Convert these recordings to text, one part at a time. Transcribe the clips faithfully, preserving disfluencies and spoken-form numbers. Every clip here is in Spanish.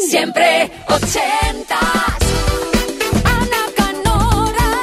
Siempre ochentas. Ana Canora.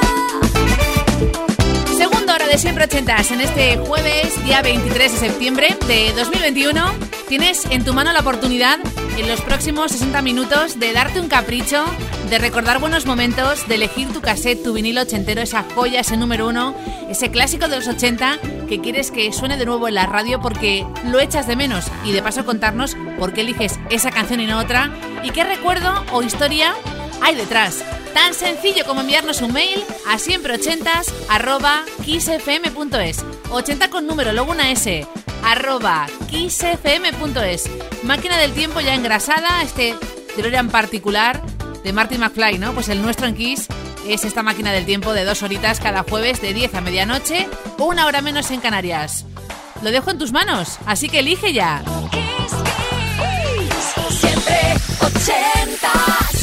Segunda hora de Siempre ochentas. En este jueves, día veintitrés de septiembre de dos mil veintiuno, tienes en tu mano la oportunidad en los próximos sesenta minutos de darte un capricho, de recordar buenos momentos, de elegir tu cassette, tu vinilo ochentero, esa joya, ese número uno, ese clásico de los ochenta que quieres que suene de nuevo en la radio porque lo echas de menos, y de paso contarnos por qué eliges esa canción y no otra y qué recuerdo o historia hay detrás. Tan sencillo como enviarnos un mail a siempreochentas arroba kissfm.es, ochenta con número, luego una S, arroba kissfm.es. Máquina del tiempo ya engrasada, este DeLorean particular de Marty McFly, ¿no? Pues el nuestro en Kiss es esta máquina del tiempo de dos horitas cada jueves de diez a medianoche, o una hora menos en Canarias. Lo dejo en tus manos, así que elige ya. Kiss, Kiss. Siempre ochentas.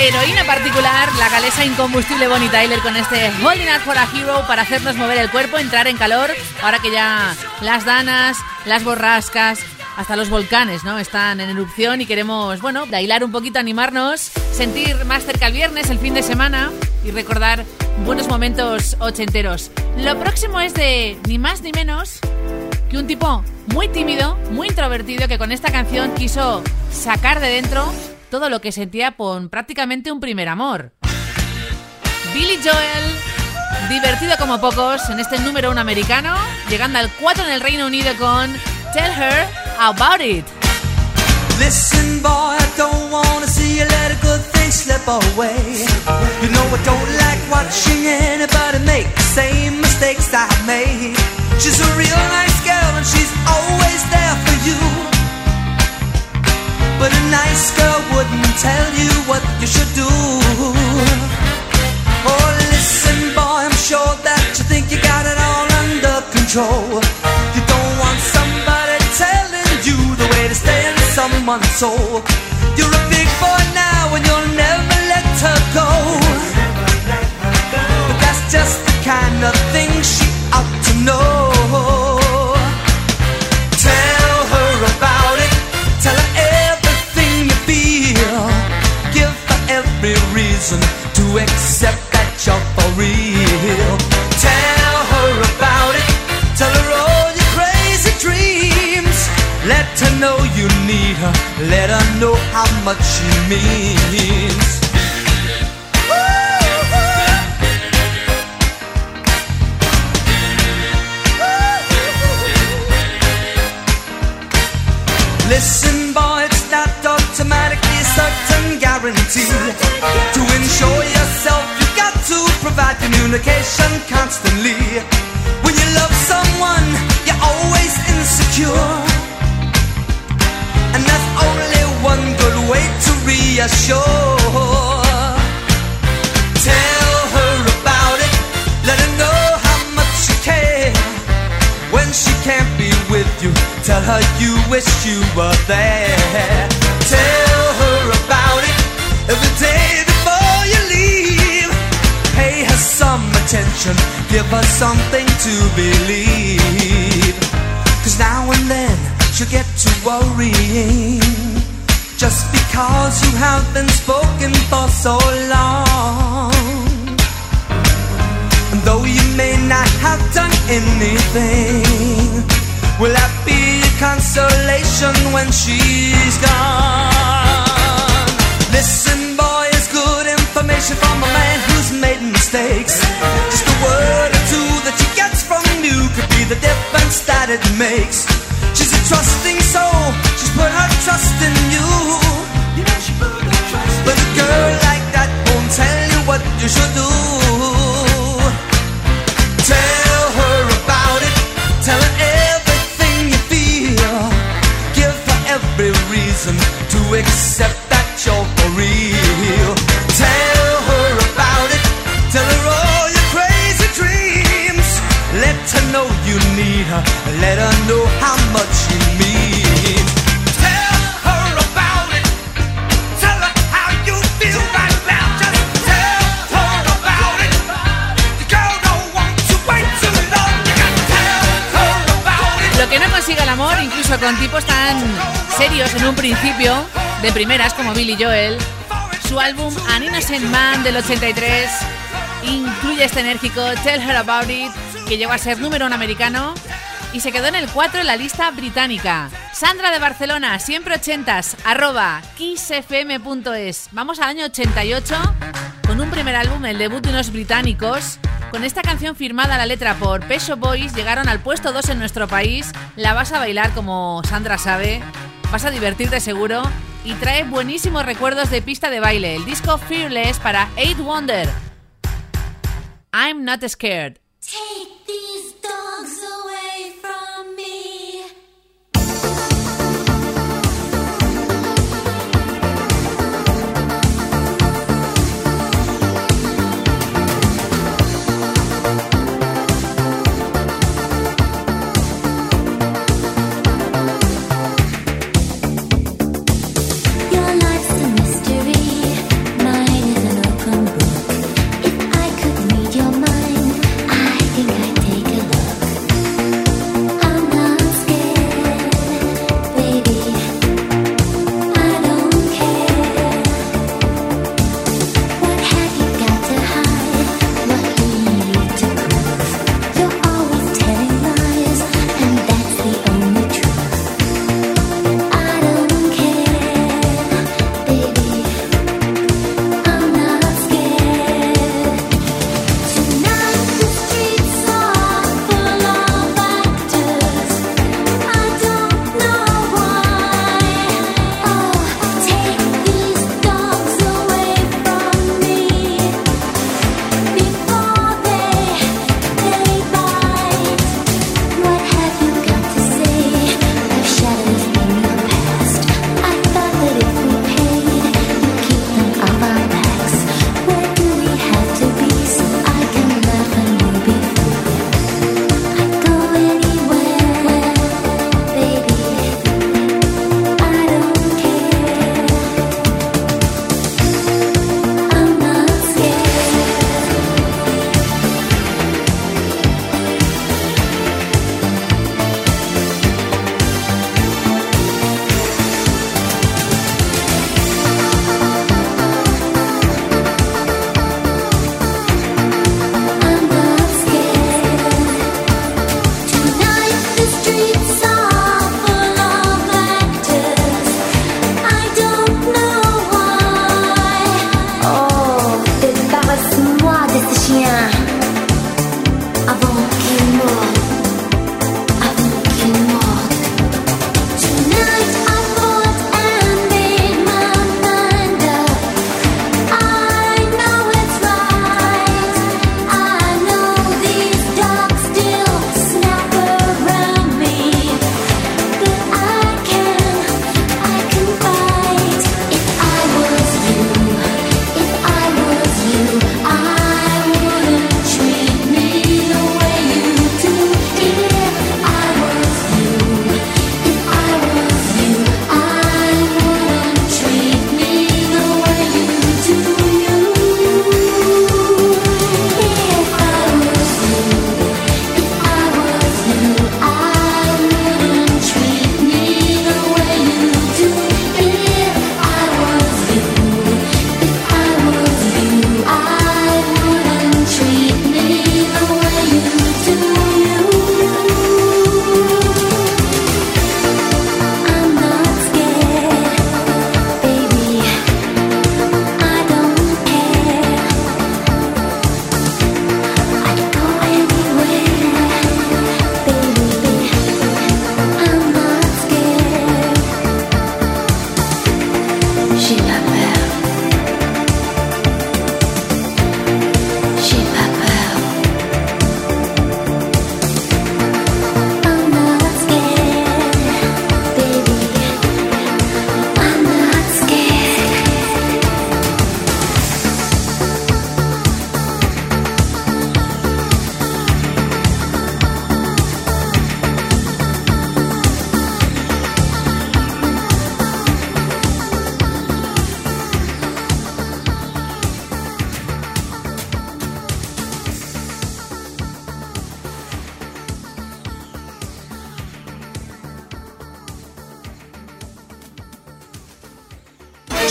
heroína particular, la galesa incombustible Bonnie Tyler, con este Holding Out for a Hero para hacernos mover el cuerpo, entrar en calor, ahora que ya las danas, las borrascas, hasta los volcanes, ¿no?, están en erupción y queremos, bueno, bailar un poquito, animarnos, sentir más cerca el viernes, el fin de semana y recordar buenos momentos ochenteros. Lo próximo es de ni más ni menos que un tipo muy tímido, muy introvertido, que con esta canción quiso sacar de dentro todo lo que sentía por prácticamente un primer amor. Billy Joel, divertido como pocos en este número uno americano, llegando al cuatro en el Reino Unido con Tell Her About It. Listen, boy, I don't wanna see you let a good thing slip away. You know I don't like watching anybody make the same mistakes I made. She's a real nice girl and she's always there for you. But a nice girl wouldn't tell you what you should do. Oh, listen, boy, I'm sure that you think you got it all under control. You don't want somebody telling you the way to stay in someone's soul. You're a big boy now and you'll never let her go. But that's just the kind of thing she ought to know. Tell her about it. Tell her everything you feel. Give her every reason to accept that you're for real. Tell her about it. Tell her all your crazy dreams. Let her know you need her. Let her know how much she means. Listen, boy, it's not automatically certain guarantee. To ensure yourself, you've got to provide communication constantly. When you love someone, you're always insecure. And that's only one good way to reassure. Tell her about it. Let her know how much you care. When she can't be with you, tell her you wish you were there. Tell her about it every day before you leave. Pay her some attention, give her something to believe. Cause now and then she'll get to worrying, just because you have been spoken for so long. And though you may not have done anything, will that be a consolation when she's gone? Listen, boy, it's good information from a man who's made mistakes. Just a word or two that she gets from you could be the difference that it makes. She's a trusting soul, she's put her trust in you. You know she put her trust in you. But a girl like that won't tell you what you should do. Tell her about it, tell her everything you feel. Give her every reason to accept that you're for real. Tell her about it, tell her all your crazy dreams. Let her know you need her, let her know how much she means. Tell her about it, tell her how you feel right now. Just tell her about it. The girl don't want to wait too long. You gotta tell her about it. Lo que no consigue el amor, incluso con tipos tan serios en un principio, de primeras como Billy Joel, su álbum An Innocent Man del ochenta y tres incluye este enérgico Tell Her About It, que llegó a ser número uno americano y se quedó en el cuatro en la lista británica. Sandra de Barcelona, siempre ochentas, arroba kissfm punto es. Vamos al año ochenta y ocho con un primer álbum, el debut de unos británicos. Con esta canción firmada la letra por Pet Shop Boys llegaron al puesto dos en nuestro país. La vas a bailar como Sandra sabe, vas a divertirte seguro y trae buenísimos recuerdos de pista de baile. El disco Fearless para Eight Wonder. I'm Not Scared. Take these dogs away from me. Your life's a mystery, mine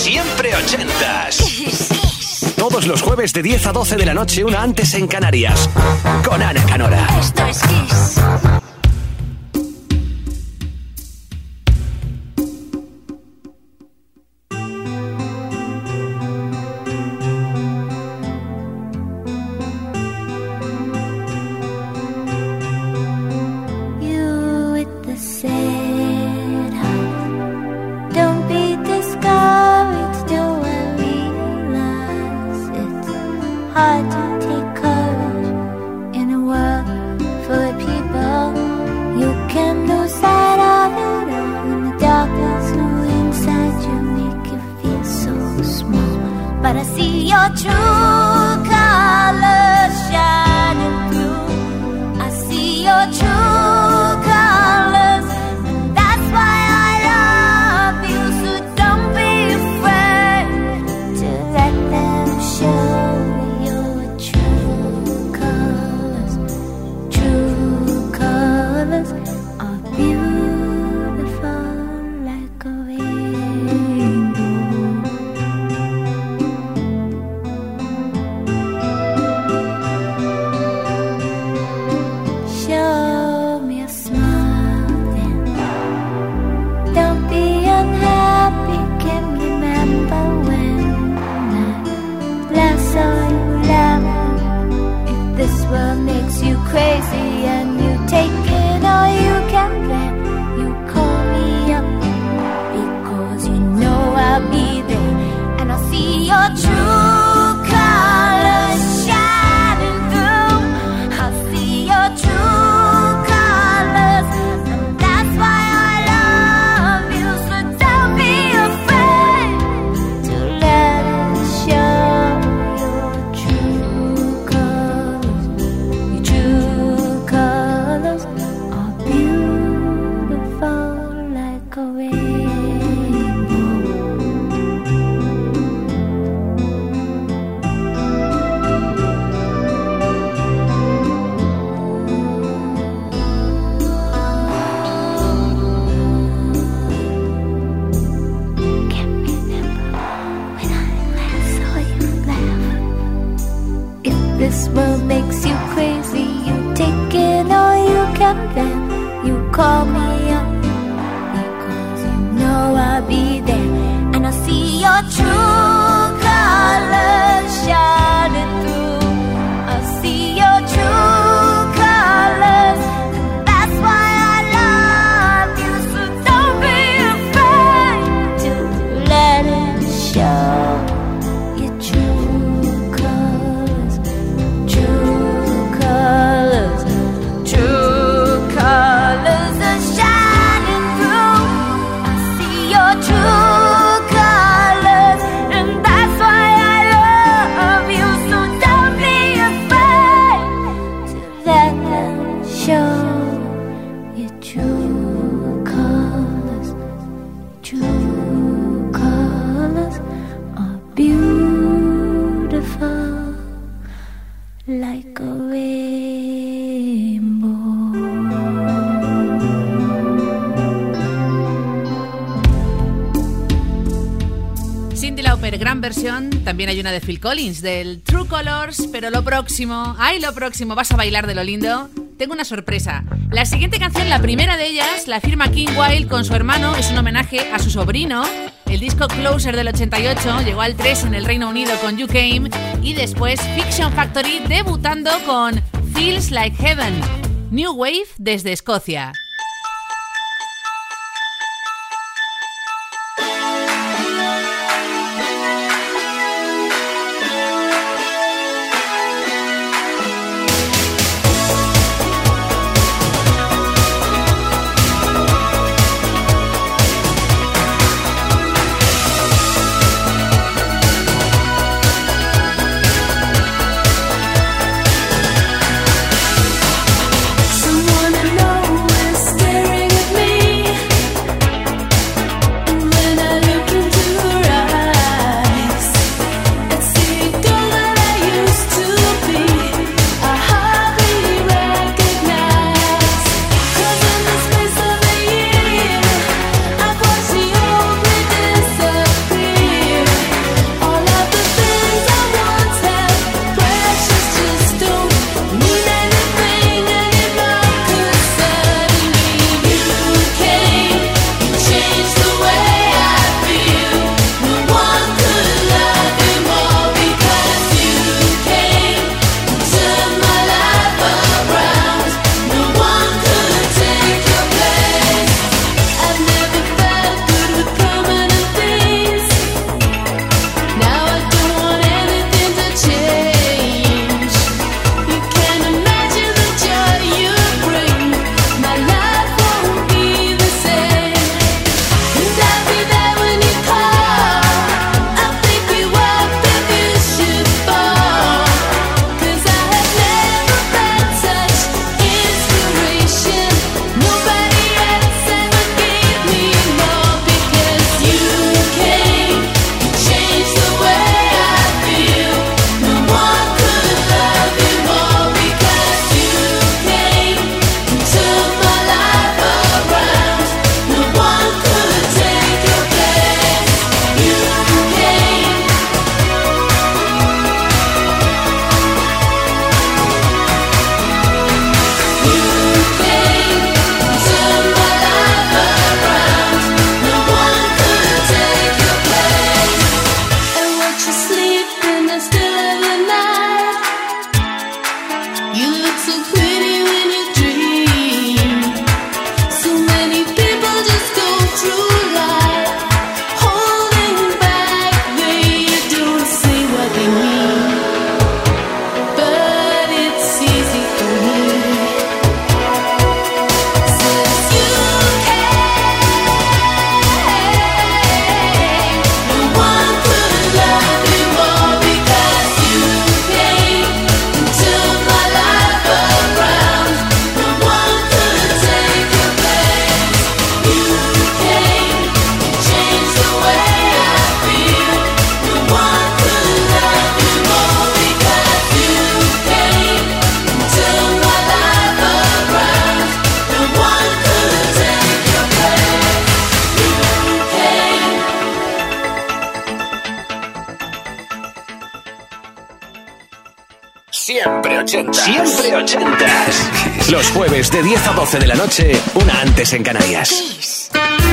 Siempre ochentas. Todos los jueves de diez a doce de la noche, una antes en Canarias. Con Ana Canora. Esto es Kiss. Gran versión, también hay una de Phil Collins, del True Colors, pero lo próximo, ay, lo próximo, vas a bailar de lo lindo. Tengo una sorpresa. La siguiente canción, la primera de ellas, la firma King Wild con su hermano, es un homenaje a su sobrino. El disco Closer del ochenta y ocho llegó al tres en el Reino Unido con You Came y después Fiction Factory debutando con Feels Like Heaven. New Wave desde Escocia. Someone I know is Siempre ochentas. Siempre ochentas. Los jueves de diez a doce de la noche, una antes en Canarias. Kiss.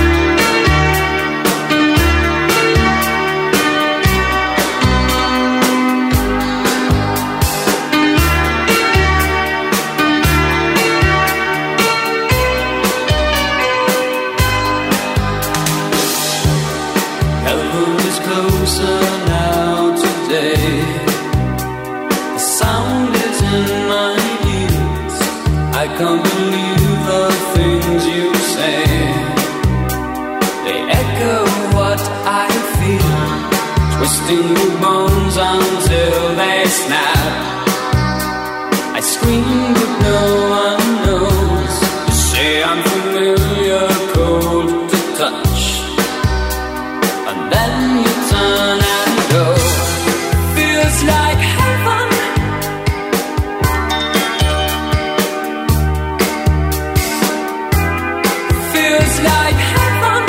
I can't believe the things you say. They echo what I feel, twisting the bones until they snap. I scream but no one knows. You say I'm familiar, cold to touch, and then you turn and go. Feels like heaven. Like heaven.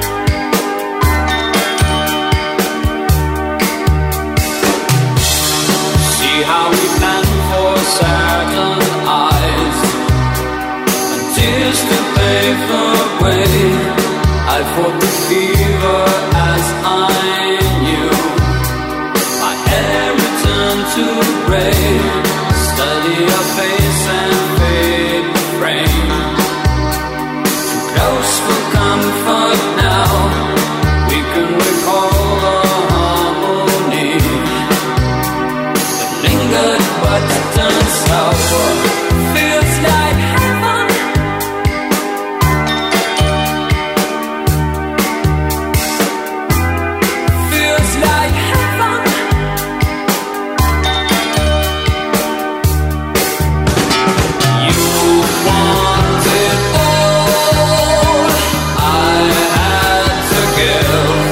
See how we plan for certain eyes and tears to pave the way. I fought the fever as I knew. My hair returned to gray. Study your face and fade the frame. Close for comfort now. We can recall the harmony that lingered but turned sour. Feels like heaven. Feels like heaven. You want it all. I had to give.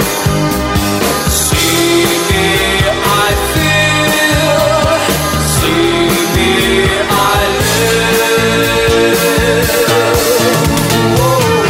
See me, I feel. See me, I live. Whoa.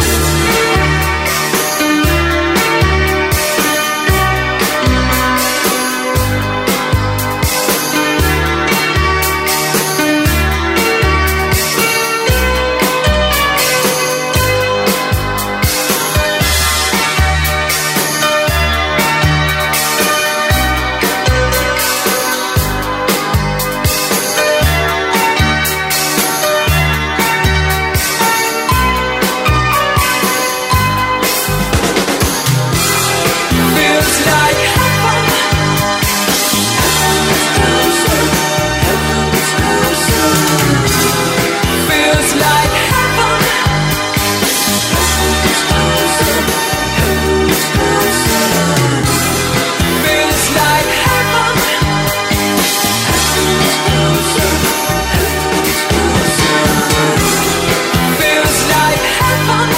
Feels like heaven. Feels like heaven. Feels like heaven. Feels like heaven.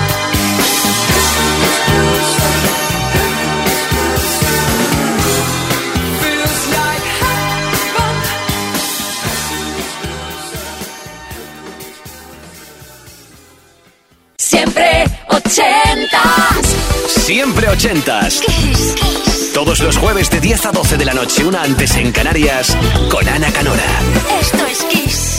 Feels like heaven. Siempre ochentas. Siempre ochentas. Kiss. Kiss. Todos los jueves de diez a doce de la noche, una antes en Canarias, con Ana Canora. Esto es Kiss.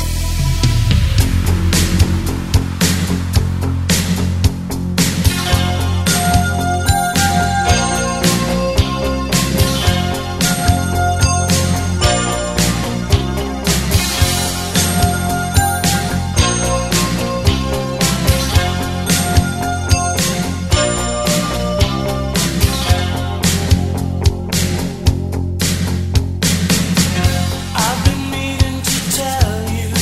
I've been meaning to tell you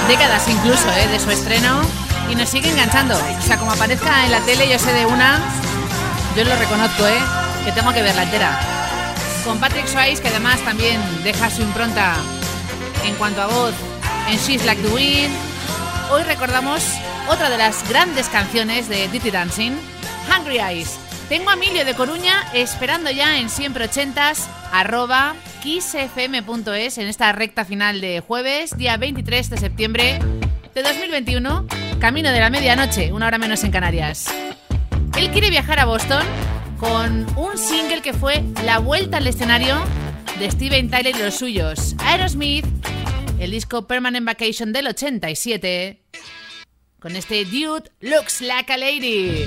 décadas incluso, ¿eh? De su estreno, y nos sigue enganchando. O sea, como aparezca en la tele, yo sé de una, yo lo reconozco, ¿eh? Que tengo que verla entera. Con Patrick Swayze, que además también deja su impronta en cuanto a voz en She's Like the Wind. Hoy recordamos otra de las grandes canciones de Dirty Dancing, Hungry Eyes. Tengo a Emilio de Coruña esperando ya en siempre ochentas arroba kissfm punto es en esta recta final de jueves, día veintitrés de septiembre de dos mil veintiuno, camino de la medianoche, una hora menos en Canarias. Él quiere viajar a Boston con un single que fue la vuelta al escenario de Steven Tyler y los suyos, Aerosmith, el disco Permanent Vacation del ochenta y siete, con este Dude Looks Like a Lady.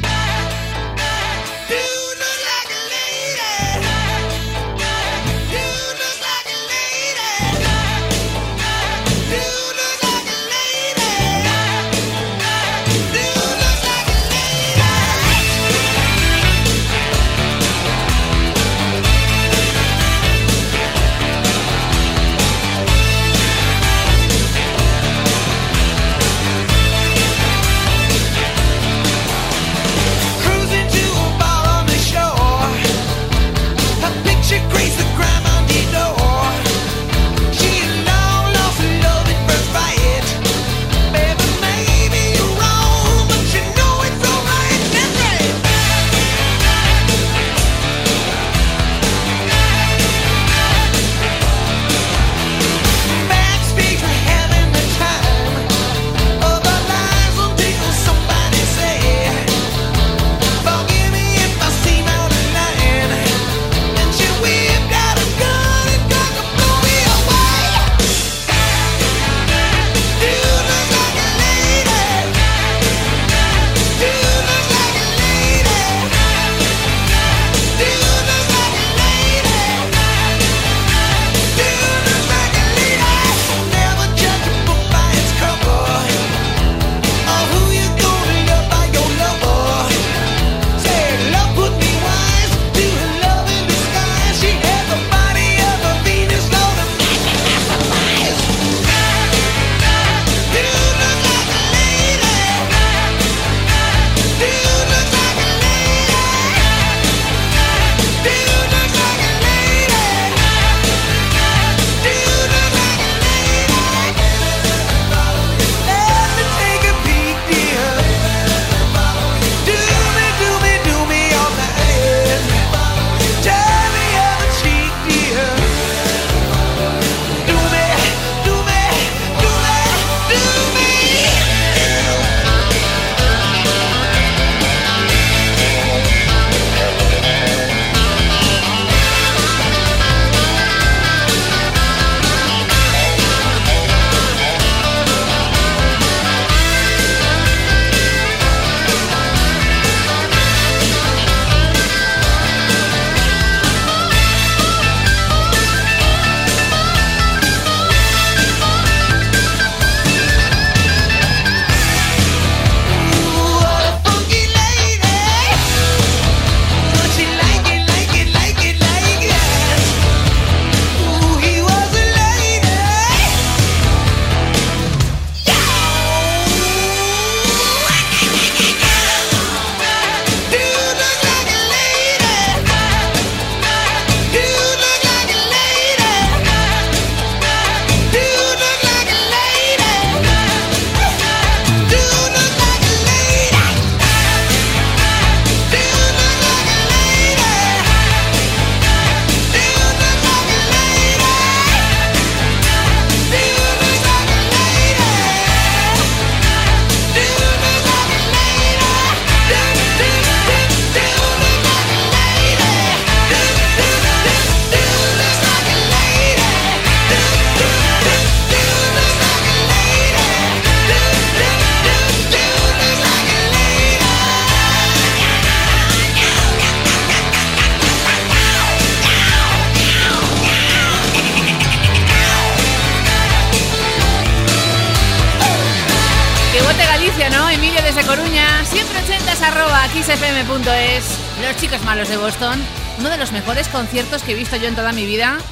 arroba kissfm punto es. Los Chicos Malos de Boston, uno de los mejores conciertos que he visto yo en toda mi vida.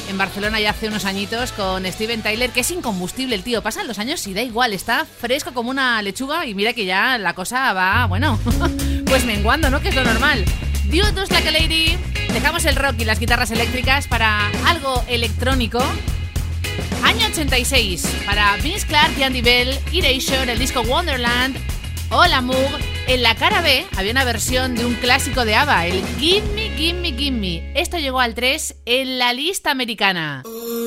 en Barcelona ya hace unos añitos con Steven Tyler, que es incombustible el tío. Pasan los años y da igual, está fresco como una lechuga y mira que ya la cosa va, bueno, pues menguando, ¿no? Que es lo normal. Dude Does Like a Lady. Dejamos el rock y las guitarras eléctricas para algo electrónico. Año ochenta y seis, para Vince Clarke y Andy Bell, Erasure, el disco Wonderland, Hola Moog. En la cara B había una versión de un clásico de ABBA, el Gimme, Gimme, Gimme. Esto llegó al tres en la lista americana.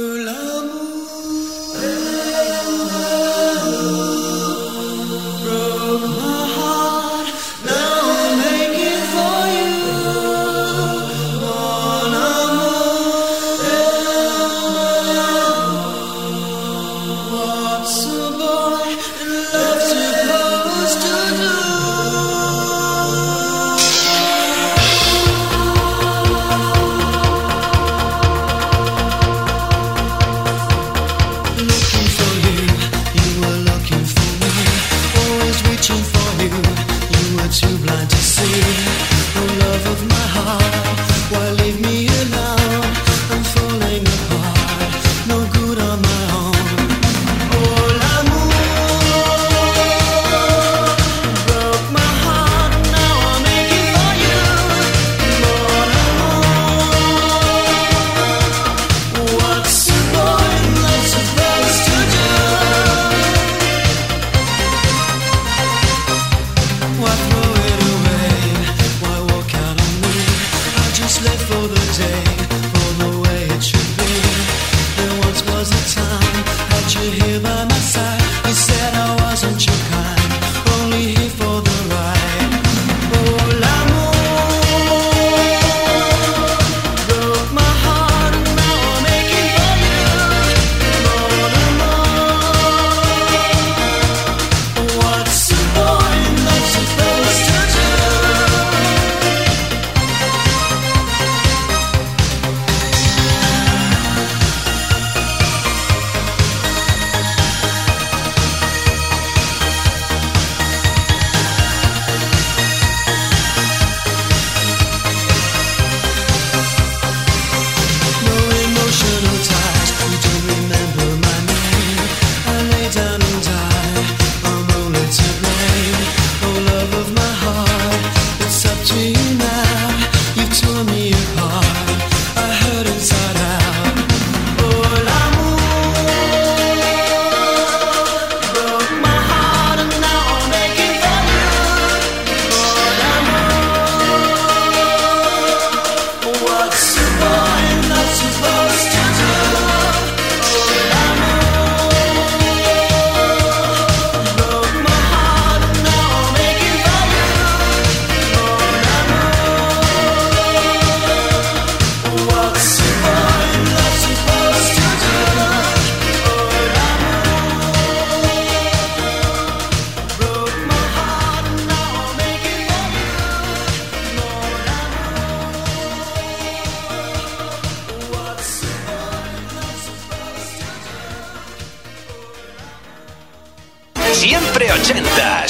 Siempre ochentas.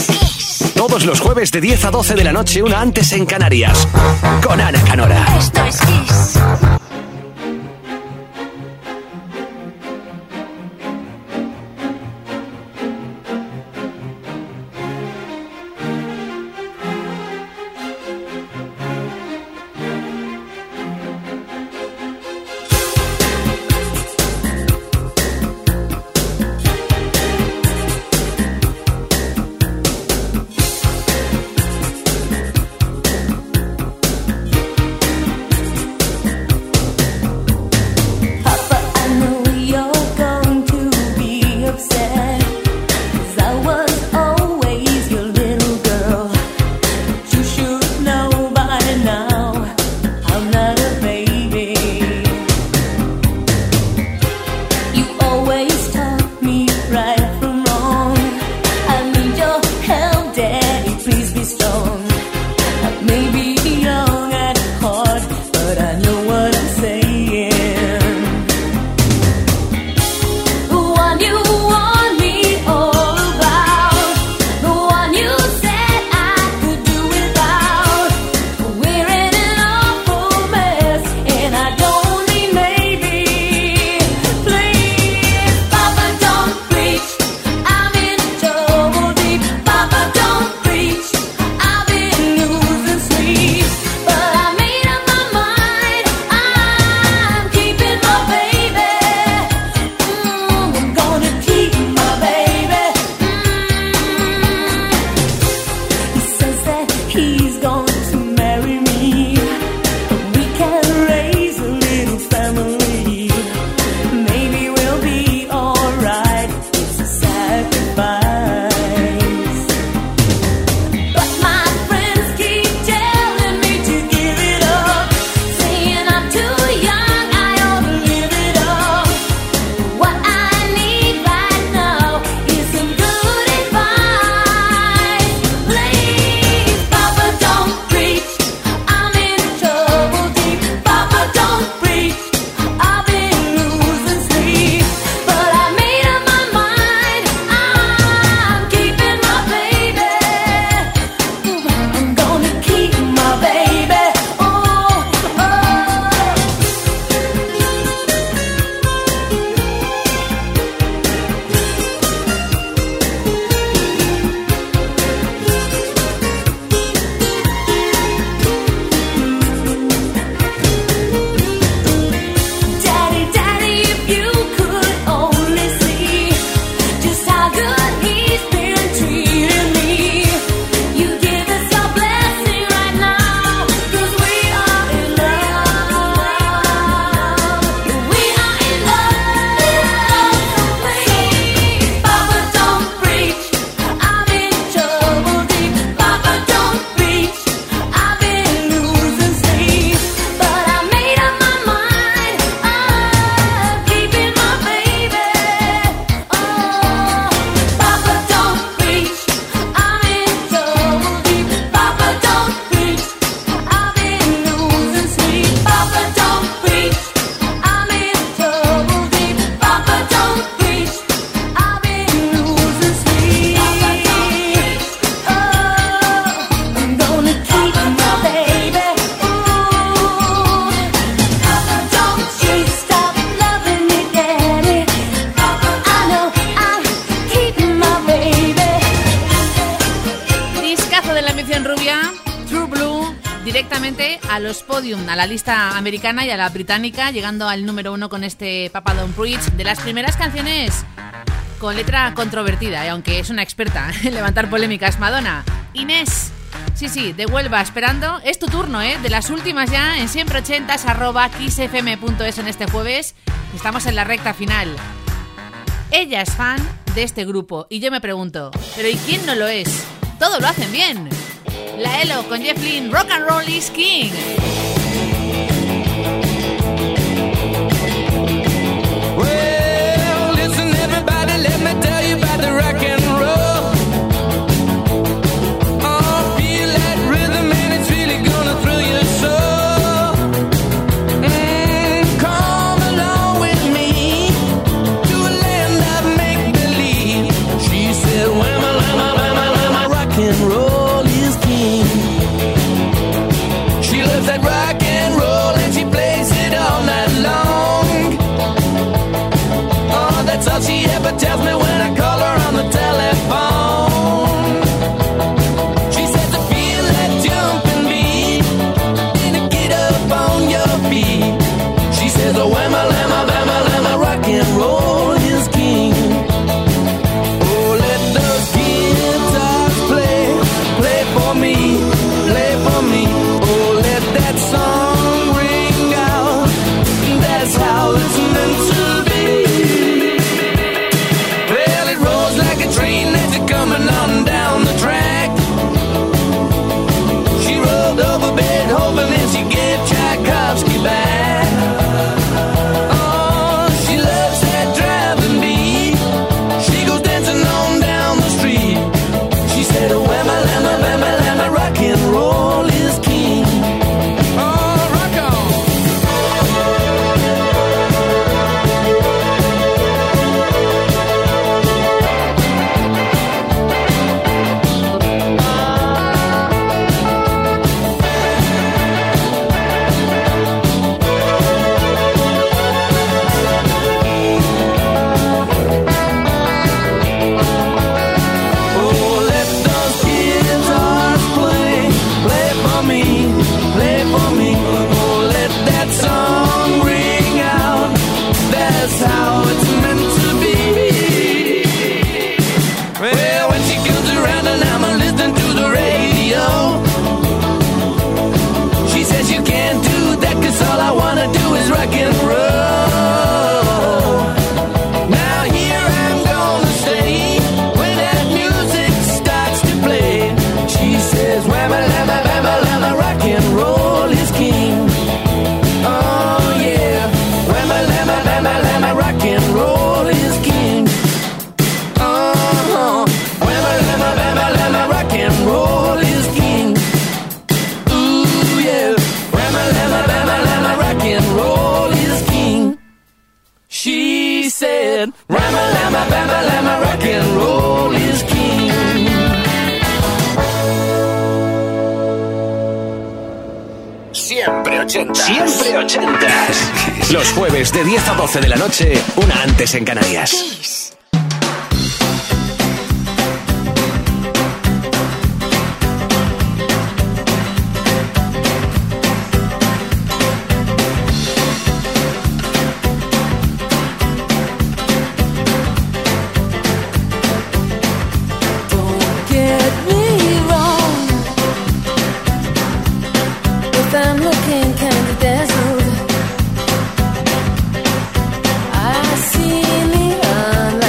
Todos los jueves de diez a doce de la noche, una antes en Canarias. Con Ana Canora. Esto es Kiss. True Blue directamente a los podium, a la lista americana y a la británica, llegando al número uno con este Papa Don't Preach, de las primeras canciones con letra controvertida, y aunque es una experta en levantar polémicas. Madonna, Inés, sí, sí, de Huelva, esperando. Es tu turno, ¿eh? De las últimas ya, en siempre ochentas arroba kissfm punto es en este jueves. Estamos en la recta final. Ella es fan de este grupo y yo me pregunto, ¿pero y quién no lo es? Todo lo hacen bien. La Elo con Jeff Lynne, Rock and Roll is King. Well, listen everybody, let me tell you about the rock and roll. Oh, feel that rhythm and it's really gonna thrill your soul. Mm, come along with me to a land of make-believe. She said, whamma, lamma, lamma, lamma, rock and roll is king. She loves that rock and roll and she plays it all night long. Oh, that's all she ever tells me when I call her on the telephone. She says I feel that jumping beat, need to get up on your feet. She says oh, whamma, lamma, bamma, lamma, rock and roll is king. Oh, let those guitars play, play for me, play for me. Oh, let that song ring out, that's how it's meant to be. Well, it rolls like a train as it's coming on down the track. She rolled over Beethoven and she gave Tchaikovsky back. Oh, she loves that driving beat. She goes dancing on down the street. She said, oh, whamma, lamma, bamma, lamma, rock and roll is king. Oh, rock on. Oh, let those guitars play, play for me, play for me. Oh, let that song ring out, that's how it's meant to be. Well, when she comes around and I'm listening to the radio, she says you can't do that 'cause all I wanna do is rock and roll. Now here I'm gonna stay when that music starts to play. She says whamma, lamma, bamma, lamma, rock and roll is king. Oh yeah, whamma, lamma, bamma, lamma, rock and roll is king. Uh-huh, whamma, lamma, bamma, lamma, rock and roll is king. Ooh yeah, whamma, lamma, bamma, lamma, rock and roll is king. She said, Rama, lama, bama, lama, rock and roll is king. Siempre ochentas. Siempre ochentas. Los jueves de diez a doce de la noche, una antes en Canarias. Kiss. Don't get me wrong, if I'm looking kind of dazzled, I see neon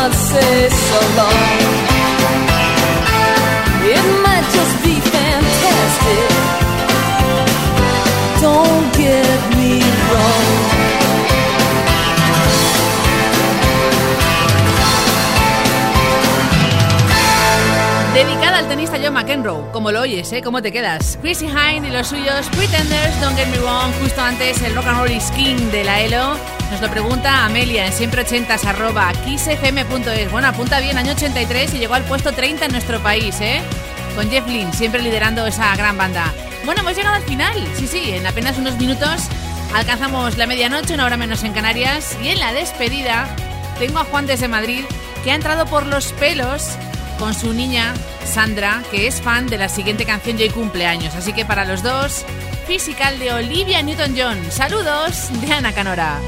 not say so long. It might just be fantastic. Don't get me wrong. Dedicada al tenista John McEnroe, como lo oyes, ¿eh? ¿Cómo te quedas? Chrissy Hynde y los suyos Pretenders, Don't Get Me Wrong. Justo antes el Rock and Roll is King de la Elo. Nos lo pregunta Amelia en siempre ochentas arroba kissfm punto es. Bueno, apunta bien, año ochenta y tres y llegó al puesto treinta en nuestro país, ¿eh? Con Jeff Lynne, siempre liderando esa gran banda. Bueno, hemos llegado al final. Sí, sí, en apenas unos minutos alcanzamos la medianoche, una hora menos en Canarias. Y en la despedida tengo a Juan desde Madrid, que ha entrado por los pelos con su niña Sandra, que es fan de la siguiente canción y hoy cumpleaños. Así que para los dos, Physical de Olivia Newton-John. Saludos de Ana Canora.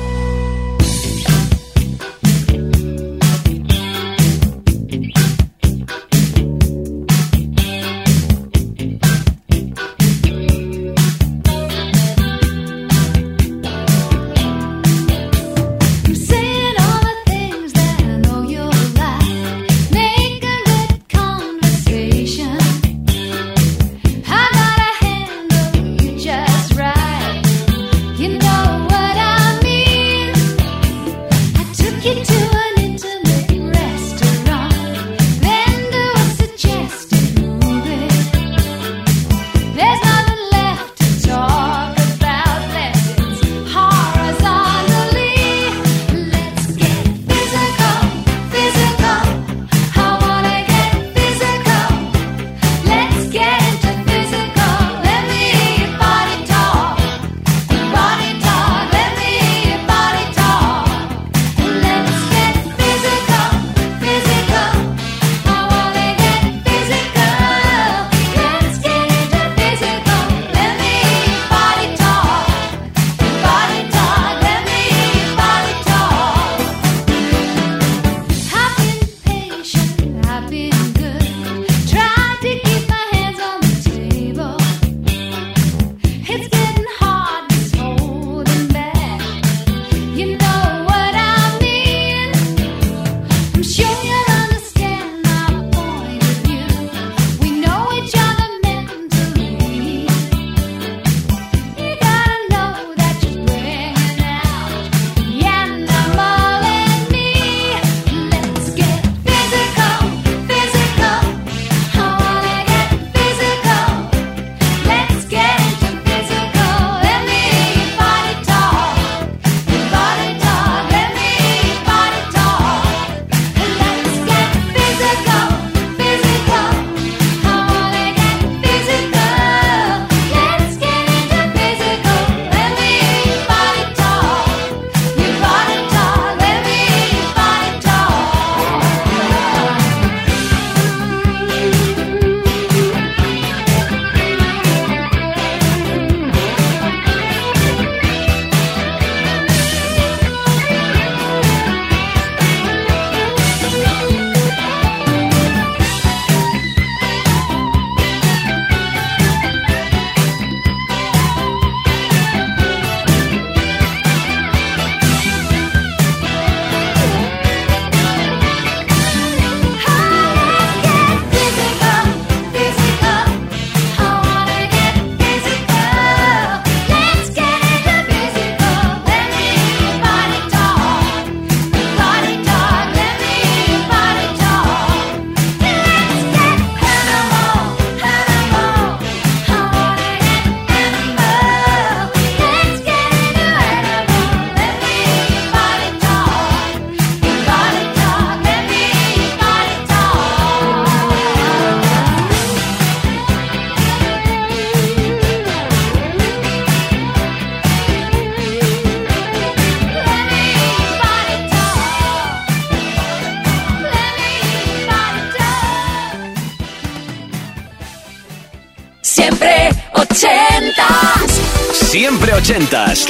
Siempre ochentas.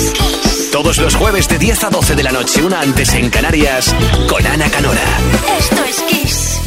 Todos los jueves de diez a doce de la noche, una antes en Canarias, con Ana Canora. Esto es Kiss.